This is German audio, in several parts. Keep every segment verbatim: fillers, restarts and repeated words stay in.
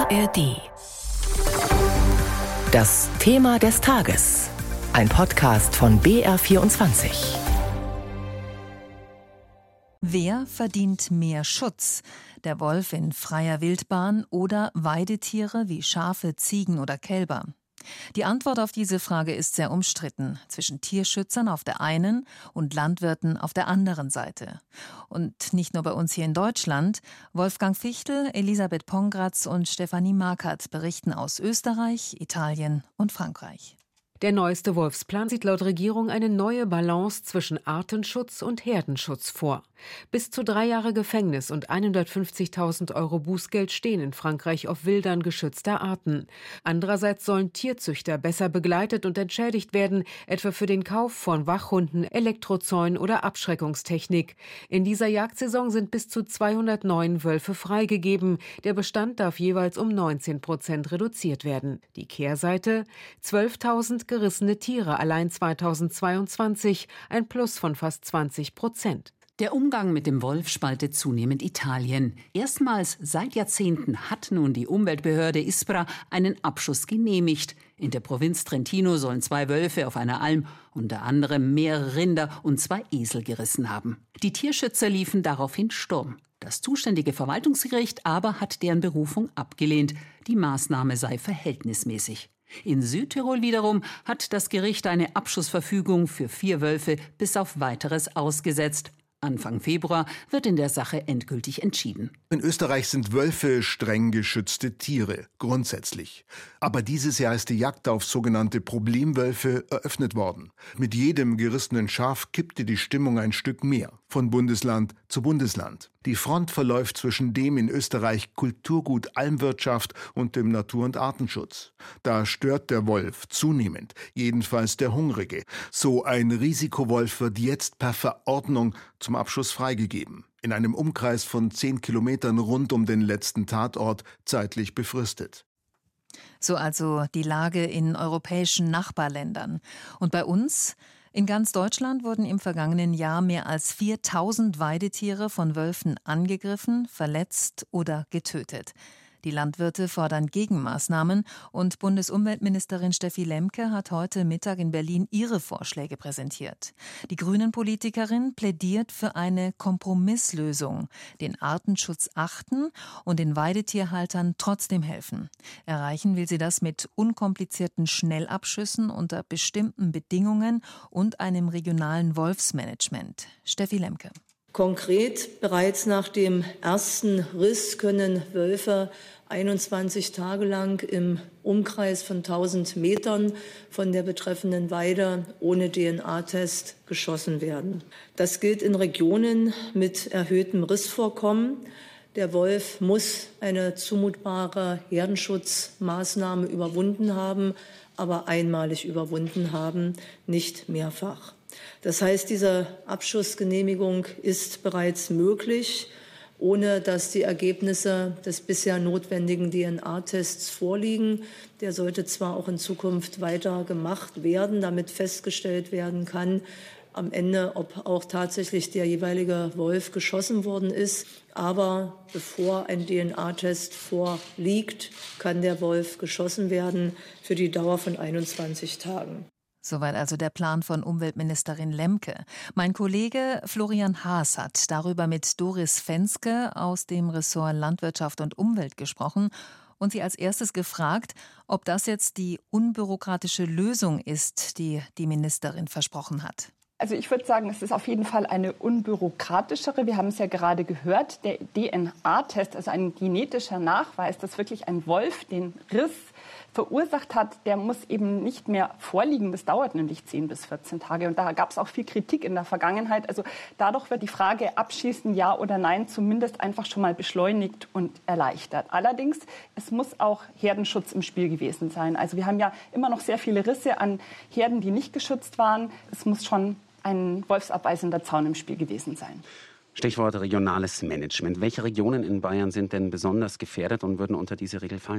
A R D. Das Thema des Tages. Ein Podcast von B R vierundzwanzig. Wer verdient mehr Schutz? Der Wolf in freier Wildbahn oder Weidetiere wie Schafe, Ziegen oder Kälber? Die Antwort auf diese Frage ist sehr umstritten zwischen Tierschützern auf der einen und Landwirten auf der anderen Seite. Und nicht nur bei uns hier in Deutschland. Wolfgang Fichtel, Elisabeth Pongratz und Stefanie Markert berichten aus Österreich, Italien und Frankreich. Der neueste Wolfsplan sieht laut Regierung eine neue Balance zwischen Artenschutz und Herdenschutz vor. Bis zu drei Jahre Gefängnis und hundertfünfzigtausend Euro Bußgeld stehen in Frankreich auf Wildern geschützter Arten. Andererseits sollen Tierzüchter besser begleitet und entschädigt werden, etwa für den Kauf von Wachhunden, Elektrozäunen oder Abschreckungstechnik. In dieser Jagdsaison sind bis zu zweihundertneun Wölfe freigegeben. Der Bestand darf jeweils um neunzehn Prozent reduziert werden. Die Kehrseite: zwölftausend gerissene Tiere allein zweitausendzweiundzwanzig, ein Plus von fast zwanzig Prozent. Der Umgang mit dem Wolf spaltet zunehmend Italien. Erstmals seit Jahrzehnten hat nun die Umweltbehörde ISPRA einen Abschuss genehmigt. In der Provinz Trentino sollen zwei Wölfe auf einer Alm unter anderem mehrere Rinder und zwei Esel gerissen haben. Die Tierschützer liefen daraufhin Sturm. Das zuständige Verwaltungsgericht aber hat deren Berufung abgelehnt. Die Maßnahme sei verhältnismäßig. In Südtirol wiederum hat das Gericht eine Abschussverfügung für vier Wölfe bis auf Weiteres ausgesetzt. Anfang Februar wird in der Sache endgültig entschieden. In Österreich sind Wölfe streng geschützte Tiere, grundsätzlich. Aber dieses Jahr ist die Jagd auf sogenannte Problemwölfe eröffnet worden. Mit jedem gerissenen Schaf kippte die Stimmung ein Stück mehr, von Bundesland zu Bundesland. Die Front verläuft zwischen dem in Österreich Kulturgut Almwirtschaft und dem Natur- und Artenschutz. Da stört der Wolf zunehmend, jedenfalls der Hungrige. So ein Risikowolf wird jetzt per Verordnung zum Abschuss freigegeben. In einem Umkreis von zehn Kilometern rund um den letzten Tatort, zeitlich befristet. So also die Lage in europäischen Nachbarländern. Und bei uns? In ganz Deutschland wurden im vergangenen Jahr mehr als viertausend Weidetiere von Wölfen angegriffen, verletzt oder getötet. Die Landwirte fordern Gegenmaßnahmen und Bundesumweltministerin Steffi Lemke hat heute Mittag in Berlin ihre Vorschläge präsentiert. Die Grünen-Politikerin plädiert für eine Kompromisslösung, den Artenschutz achten und den Weidetierhaltern trotzdem helfen. Erreichen will sie das mit unkomplizierten Schnellabschüssen unter bestimmten Bedingungen und einem regionalen Wolfsmanagement. Steffi Lemke. Konkret, bereits nach dem ersten Riss können Wölfe einundzwanzig Tage lang im Umkreis von tausend Metern von der betreffenden Weide ohne D N A-Test geschossen werden. Das gilt in Regionen mit erhöhtem Rissvorkommen. Der Wolf muss eine zumutbare Herdenschutzmaßnahme überwunden haben, aber einmalig überwunden haben, nicht mehrfach. Das heißt, diese Abschussgenehmigung ist bereits möglich, ohne dass die Ergebnisse des bisher notwendigen D N A-Tests vorliegen. Der sollte zwar auch in Zukunft weiter gemacht werden, damit festgestellt werden kann, am Ende, ob auch tatsächlich der jeweilige Wolf geschossen worden ist. Aber bevor ein D N A-Test vorliegt, kann der Wolf geschossen werden für die Dauer von einundzwanzig Tagen. Soweit also der Plan von Umweltministerin Lemke. Mein Kollege Florian Haas hat darüber mit Doris Fenske aus dem Ressort Landwirtschaft und Umwelt gesprochen und sie als erstes gefragt, ob das jetzt die unbürokratische Lösung ist, die die Ministerin versprochen hat. Also ich würde sagen, es ist auf jeden Fall eine unbürokratischere. Wir haben es ja gerade gehört, der D N A-Test, also ein genetischer Nachweis, dass wirklich ein Wolf den Riss verursacht hat, der muss eben nicht mehr vorliegen. Das dauert nämlich zehn bis vierzehn Tage. Und da gab es auch viel Kritik in der Vergangenheit. Also dadurch wird die Frage abschießen, ja oder nein, zumindest einfach schon mal beschleunigt und erleichtert. Allerdings, es muss auch Herdenschutz im Spiel gewesen sein. Also wir haben ja immer noch sehr viele Risse an Herden, die nicht geschützt waren. Es muss schon ein wolfsabweisender Zaun im Spiel gewesen sein. Stichwort regionales Management. Welche Regionen in Bayern sind denn besonders gefährdet und würden unter diese Regel fallen?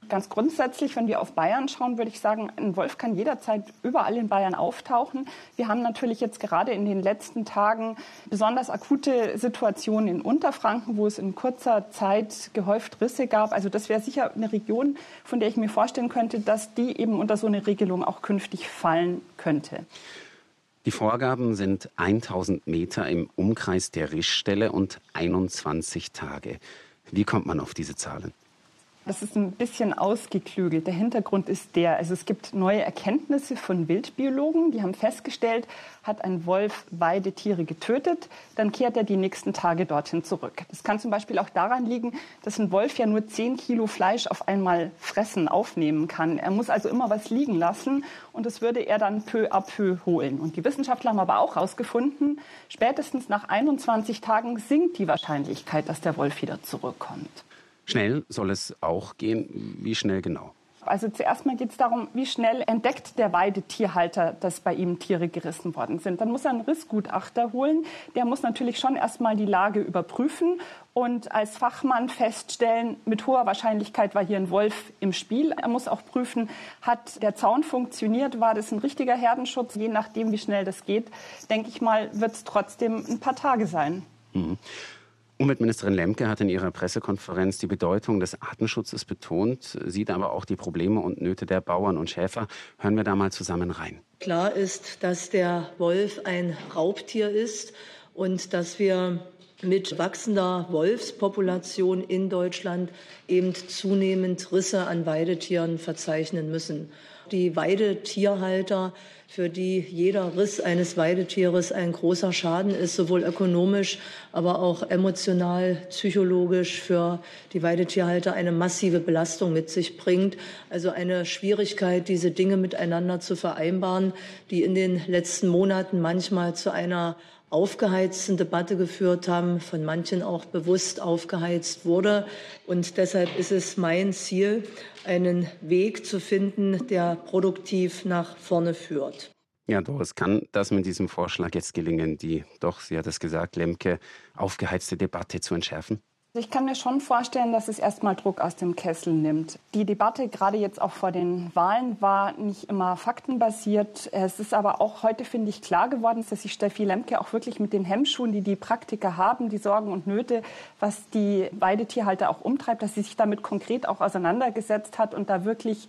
Ganz grundsätzlich, wenn wir auf Bayern schauen, würde ich sagen, ein Wolf kann jederzeit überall in Bayern auftauchen. Wir haben natürlich jetzt gerade in den letzten Tagen besonders akute Situationen in Unterfranken, wo es in kurzer Zeit gehäuft Risse gab. Also das wäre sicher eine Region, von der ich mir vorstellen könnte, dass die eben unter so eine Regelung auch künftig fallen könnte. Die Vorgaben sind tausend Meter im Umkreis der Rissstelle und einundzwanzig Tage. Wie kommt man auf diese Zahlen? Das ist ein bisschen ausgeklügelt. Der Hintergrund ist der, also es gibt neue Erkenntnisse von Wildbiologen, die haben festgestellt, hat ein Wolf Weidetiere getötet, dann kehrt er die nächsten Tage dorthin zurück. Das kann zum Beispiel auch daran liegen, dass ein Wolf ja nur zehn Kilo Fleisch auf einmal fressen, aufnehmen kann. Er muss also immer was liegen lassen und das würde er dann peu à peu holen. Und die Wissenschaftler haben aber auch herausgefunden, spätestens nach einundzwanzig Tagen sinkt die Wahrscheinlichkeit, dass der Wolf wieder zurückkommt. Schnell soll es auch gehen. Wie schnell genau? Also zuerst mal geht es darum, wie schnell entdeckt der Weidetierhalter, dass bei ihm Tiere gerissen worden sind. Dann muss er einen Rissgutachter holen. Der muss natürlich schon erst mal die Lage überprüfen und als Fachmann feststellen, mit hoher Wahrscheinlichkeit war hier ein Wolf im Spiel. Er muss auch prüfen, hat der Zaun funktioniert, war das ein richtiger Herdenschutz? Je nachdem, wie schnell das geht, denke ich mal, wird es trotzdem ein paar Tage sein. Mhm. Umweltministerin Lemke hat in ihrer Pressekonferenz die Bedeutung des Artenschutzes betont, sieht aber auch die Probleme und Nöte der Bauern und Schäfer. Hören wir da mal zusammen rein. Klar ist, dass der Wolf ein Raubtier ist und dass wir mit wachsender Wolfspopulation in Deutschland eben zunehmend Risse an Weidetieren verzeichnen müssen. Die Weidetierhalter, für die jeder Riss eines Weidetieres ein großer Schaden ist, sowohl ökonomisch, aber auch emotional, psychologisch für die Weidetierhalter eine massive Belastung mit sich bringt. Also eine Schwierigkeit, diese Dinge miteinander zu vereinbaren, die in den letzten Monaten manchmal zu einer aufgeheizten Debatte geführt haben, von manchen auch bewusst aufgeheizt wurde. Und deshalb ist es mein Ziel, einen Weg zu finden, der produktiv nach vorne führt. Ja, Doris, kann das mit diesem Vorschlag jetzt gelingen, die doch, sie hat es gesagt, Lemke, aufgeheizte Debatte zu entschärfen? Ich kann mir schon vorstellen, dass es erstmal Druck aus dem Kessel nimmt. Die Debatte, gerade jetzt auch vor den Wahlen, war nicht immer faktenbasiert. Es ist aber auch heute, finde ich, klar geworden, dass sich Steffi Lemke auch wirklich mit den Hemmschuhen, die die Praktiker haben, die Sorgen und Nöte, was die Weidetierhalter auch umtreibt, dass sie sich damit konkret auch auseinandergesetzt hat und da wirklich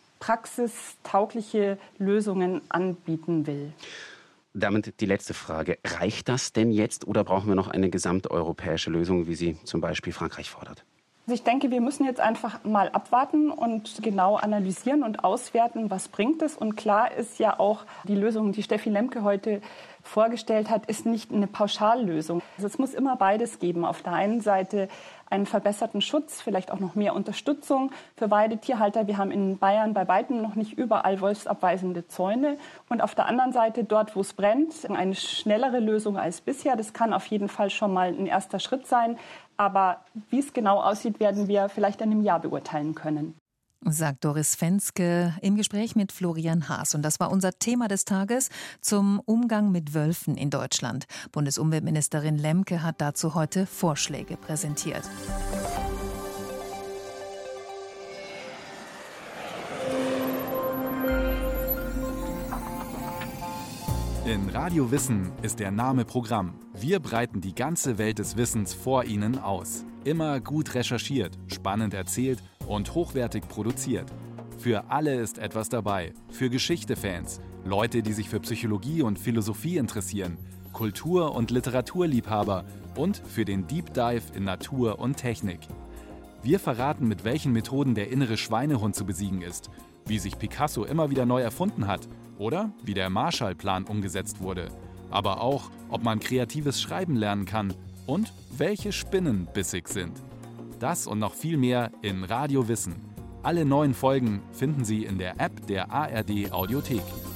praxistaugliche Lösungen anbieten will. Damit die letzte Frage. Reicht das denn jetzt oder brauchen wir noch eine gesamteuropäische Lösung, wie sie zum Beispiel Frankreich fordert? Also ich denke, wir müssen jetzt einfach mal abwarten und genau analysieren und auswerten, was bringt es. Und klar ist ja auch, die Lösung, die Steffi Lemke heute vorgestellt hat, ist nicht eine Pauschallösung. Also es muss immer beides geben. Auf der einen Seite einen verbesserten Schutz, vielleicht auch noch mehr Unterstützung für Weidetierhalter. Wir haben in Bayern bei weitem noch nicht überall wolfsabweisende Zäune. Und auf der anderen Seite, dort wo es brennt, eine schnellere Lösung als bisher. Das kann auf jeden Fall schon mal ein erster Schritt sein. Aber wie es genau aussieht, werden wir vielleicht in einem Jahr beurteilen können. Sagt Doris Fenske im Gespräch mit Florian Haas. Und das war unser Thema des Tages zum Umgang mit Wölfen in Deutschland. Bundesumweltministerin Lemke hat dazu heute Vorschläge präsentiert. In Radio Wissen ist der Name Programm. Wir breiten die ganze Welt des Wissens vor Ihnen aus. Immer gut recherchiert, spannend erzählt und hochwertig produziert. Für alle ist etwas dabei. Für Geschichte-Fans, Leute, die sich für Psychologie und Philosophie interessieren, Kultur- und Literaturliebhaber und für den Deep Dive in Natur und Technik. Wir verraten, mit welchen Methoden der innere Schweinehund zu besiegen ist, wie sich Picasso immer wieder neu erfunden hat oder wie der Marshallplan umgesetzt wurde. Aber auch, ob man kreatives Schreiben lernen kann und welche Spinnen bissig sind. Das und noch viel mehr in Radio Wissen. Alle neuen Folgen finden Sie in der App der A R D Audiothek.